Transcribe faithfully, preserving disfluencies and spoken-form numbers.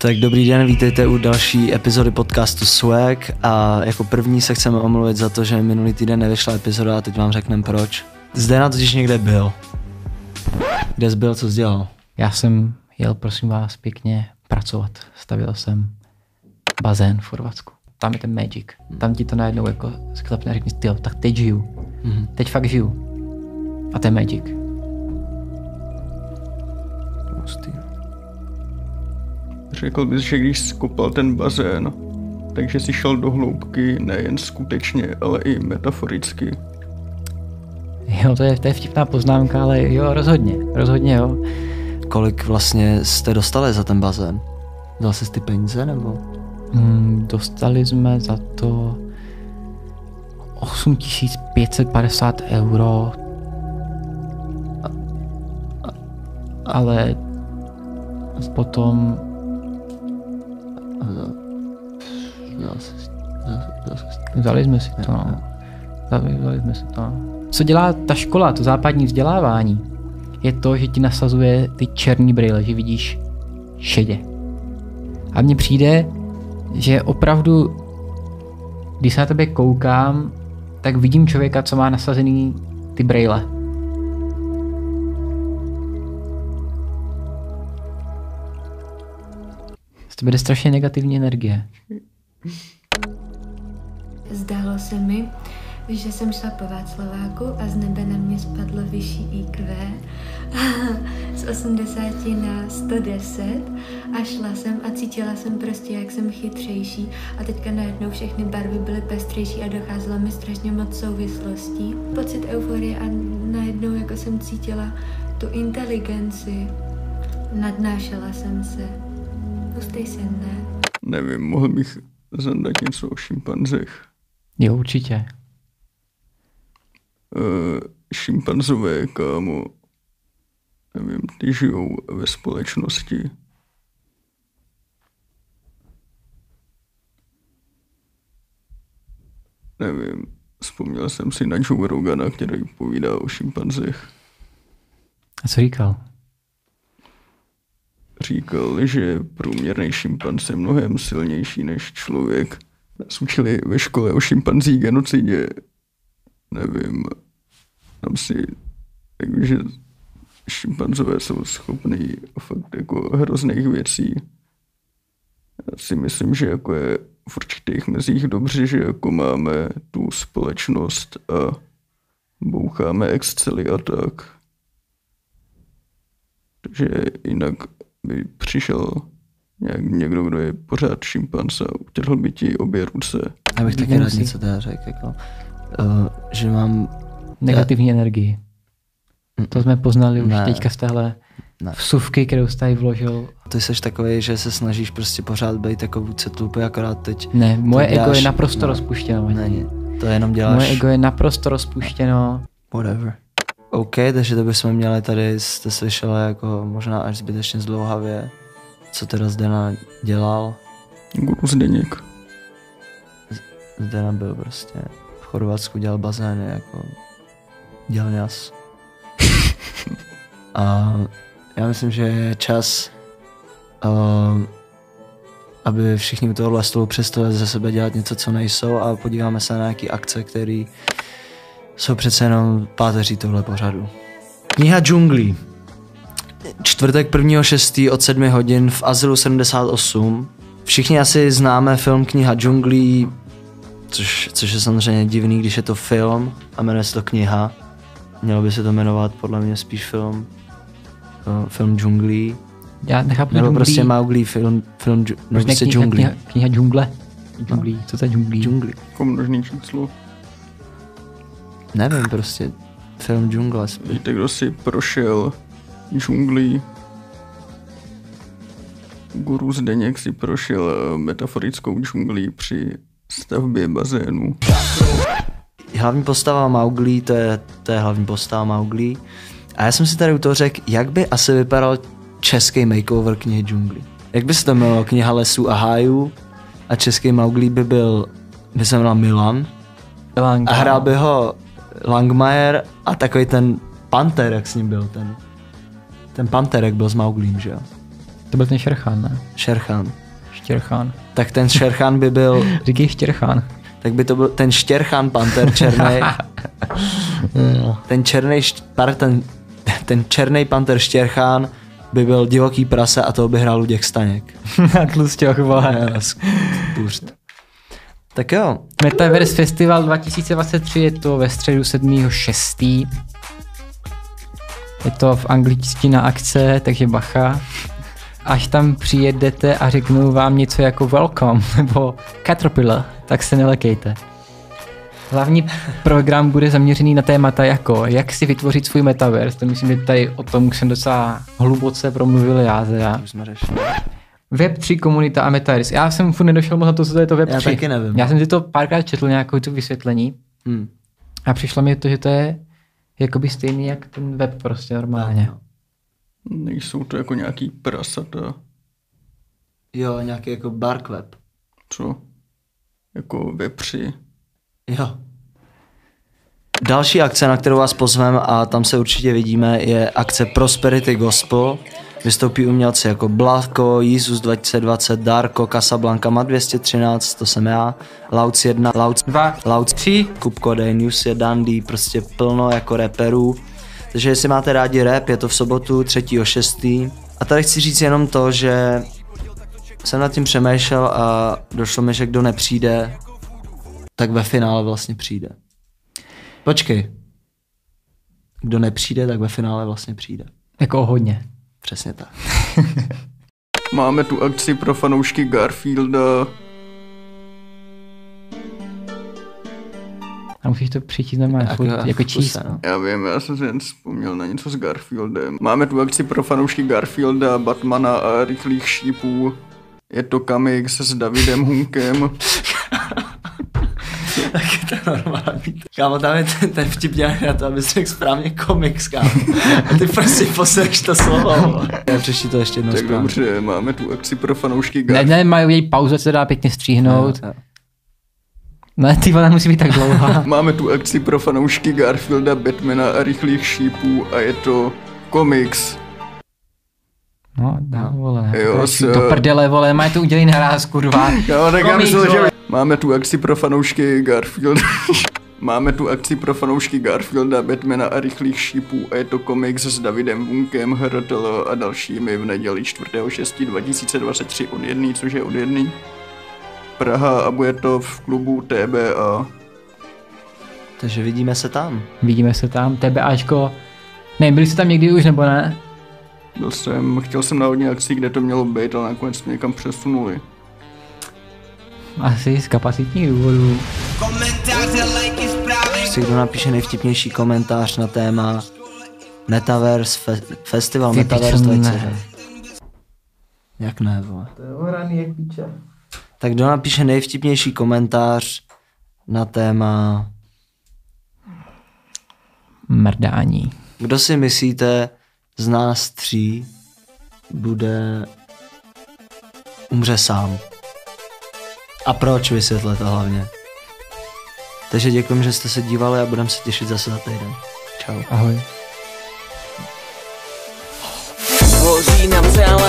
Tak dobrý den, vítejte u další epizody podcastu Swag a jako první se chceme omluvit za to, že minulý týden nevyšla epizoda a teď vám řekneme proč. Zdena totiž někde byl. Kde jsi byl, co jsi dělal? Já jsem jel, prosím vás, pěkně pracovat. Stavil jsem bazén v Chorvatsku. Tam je ten magic. Tam ti to najednou jako sklepne a řekni, tyjo, tak teď žiju. Mm-hmm. Teď fakt žiju. A to je magic. Řekl bys, že když skopal ten bazén, takže si šel do hloubky nejen skutečně, ale i metaforicky. Jo, to je, to je vtipná poznámka, ale jo, rozhodně, rozhodně jo. Kolik vlastně jste dostali za ten bazén? Dal jsi ty peníze nebo? Hmm, dostali jsme za to osm tisíc pět set padesát euro. A, a, ale potom vzali jsme si to, no. Vzali jsme si to, no. Co dělá ta škola, to západní vzdělávání, je to, že ti nasazuje ty černý brýle, že vidíš šedě. A mně přijde, že opravdu, když se na tebe koukám, tak vidím člověka, co má nasazený ty brýle. Z tebe jde strašně negativní energie. Zdálo se mi, že jsem šla po Václaváku a z nebe na mě spadlo vyšší í kvé z osmdesát na sto deset a šla jsem a cítila jsem prostě, jak jsem chytřejší a teďka najednou všechny barvy byly pestřejší a docházelo mi strašně moc souvislostí. Pocit euforie a najednou jako jsem cítila tu inteligenci. Nadnášela jsem se. Hustej sen, ne? Nevím, mohl bych zandat něco o šimpanzech. Jo, určitě. Uh, šimpanzové, kámo, nevím, ty žijou ve společnosti. Nevím, vzpomněl jsem si na Joe Rogana, který povídá o šimpanzech. A co říkal? Říkal, že průměrný šimpanz je mnohem silnější než člověk. Nás učili ve škole o šimpanzí genocidě. Nevím, tam si, takže šimpanzové jsou schopní fakt jako hrozných věcí. Já si myslím, že jako je v určitých mezích dobře, že jako máme tu společnost a boucháme excely a tak. Takže jinak by přišel nějak někdo, kdo je pořád šimpanz a utrhl by ti obě ruce. Já bych taky rád něco teda řekl, jako, uh, že mám... Negativní já... energii. To jsme poznali už ne. teďka z téhle ne. vsuvky, kterou jsi tady vložil. Ty jsi takovej, že se snažíš prostě pořád být takovou vůdce tlupy, akorát teď... Ne, moje ego děláš... je naprosto no, rozpuštěno. Ne, to jenom děláš... Moje ego je naprosto rozpuštěno. Whatever. OK, takže to bychom měli tady, jste slyšeli jako možná až zbytečně zdlouhavě, co teda Zdena dělal. Guru Zdeněk. Zdena byl prostě v Chorvatsku, dělal bazény jako dělňas. A já myslím, že je čas, uh, aby všichni u tohohle stolu přestali ze sebe dělat něco, co nejsou a podíváme se na nějaký akce, které jsou přece jenom páteří tohle pořadu. Kniha džunglí. Čtvrtek prvního šestého od sedmi hodin v Azylu sedmdesát osm. Všichni asi známe film Kniha džunglí, což, což je samozřejmě divný, když je to film a jmenuje se to kniha. Mělo by se to jmenovat podle mě spíš film uh, film džunglí. Já nechápu Nebo džunglí. prostě Mowgli, film, film džu, no, prostě kniha, džunglí. Kniha, kniha džungle. Džunglí. Co to je džunglí? Džunglí. Jako množný číslo. Nevím, prostě film džungle. Víte, kdo si prošel džunglí? Guru Zdeněk si prošel metaforickou džunglí při stavbě bazénu. Hlavní postava Mowgli, to je, to je hlavní postava Mowgli. A já jsem si tady u toho řekl, jak by asi vypadal český makeover knihy džunglí. Jak by se to jmenovalo Kniha lesů a hájů a český Mowgli by byl, by se jmenoval Milan. Lang. A hrál by ho Langmajer a takový ten panter, jak s ním byl, ten, ten panter, jak byl s Mowglim, že jo? To byl ten Šerchán, ne? Šerchán. Štěrchán. Tak ten Šerchán by byl, Říkej Štěrchán. tak by to byl ten Štěrchán panter černý. ten černý, ten, ten černý panter Štěrchán by byl divoký prase a toho by hrál Luděk Staněk. Na tlusťoch, vole. Půřt. Tak jo. Metaverse Festival dva tisíce dvacet tři je to ve středu sedmého šestého Je to v angličtina akce, takže bacha. Až tam přijedete a řeknou vám něco jako welcome nebo Caterpillar, tak se nelekejte. Hlavní program bude zaměřený na témata jako jak si vytvořit svůj metaverse. To myslím, že tady o tom už jsem docela hluboce promluvil já. Teda. web tři komunita a metaverse. Já jsem furt nedošel moc na to, co to je to web tři. Já taky nevím. Já jsem si to párkrát četl nějakou tu vysvětlení Hmm. a přišlo mi to, že to je jakoby stejný jak ten web prostě normálně. No. Nejsou to jako nějaký prasata. Jo, nějaký jako dark web. Co? Jako vepři. Jo. Další akce, na kterou vás pozveme a tam se určitě vidíme, je akce Prosperity Gospel. Vystoupí umělci jako Blatko, Jesus dva tisíce dvacet, Darko, Casablanca, Mat dvě stě třináct, to jsem já, Lauc jedna, Lauc dva, Lauc tři, Kupko Day, News je Dandy, prostě plno jako rapperů. Takže jestli máte rádi rap, je to v sobotu třetího šestého A tady chci říct jenom to, že jsem nad tím přemýšlel a došlo mi, že kdo nepřijde, tak ve finále vlastně přijde. Počkej. Kdo nepřijde, tak ve finále vlastně přijde. Jako hodně. Přesně tak. Máme tu akci pro fanoušky Garfielda. A musíš to přečíst normálně, Tak furt, jo, jako v číst. kuse, no. Já vím, já jsem si jen vzpomněl na něco s Garfieldem. Máme tu akci pro fanoušky Garfielda, Batmana a rychlých šípů. Je to komiks s Davidem Hunkem. Tak je to normální. Kámo, tam je ten, ten vtip nějak na to, aby si řekl správně komiks, kámo. A ty prostě posereš to slovo. Já přečti to ještě jednou Tak správně. dobře, máme tu akci pro fanoušky Ne, Garfielda. ne, mají její pauze, se dá pěkně stříhnout. No, no. Ne, ty vole, musí být tak dlouhá. Máme tu akci pro fanoušky Garfielda, Batmana a rychlých šípů a je to komiks. No, dá, vole. Jo, To se- do prdele, vole, mají to udělej naraz, kurva. Jo, tak já Komiks, myslel, že... vole. Máme tu akci pro fanoušky Garfielda. Máme tu akci pro fanoušky Garfielda, Batmana a rychlých šípů a je to komiks s Davidem Vunkem, H R T L a dalšími v neděli čtvrtého šestého dva tisíce dvacet tři od jedný, což je od jedný. Praha a bude to v klubu T B A. Takže vidíme se tam. Vidíme se tam, TBAčko. Ne, byli jste tam někdy už, nebo ne? Byl jsem, chtěl jsem na hodně akcí, kde to mělo být, ale nakonec mě někam přesunuli. Asi z kapacitních důvodů. Prostě kdo napíše nejvtipnější komentář na téma Metaverse, fe- Festival Ty Metaverse pičo, dvacet. ne. Jak ne, vole. To je ohraný jak píče. Tak kdo napíše nejvtipnější komentář na téma Mrdání. kdo si myslíte z nás tří bude umře sám. A proč, vysvětlete hlavně. Takže děkuji, že jste se dívali a budeme se těšit zase za týden. Čau. Ahoj. Tvoří nám celé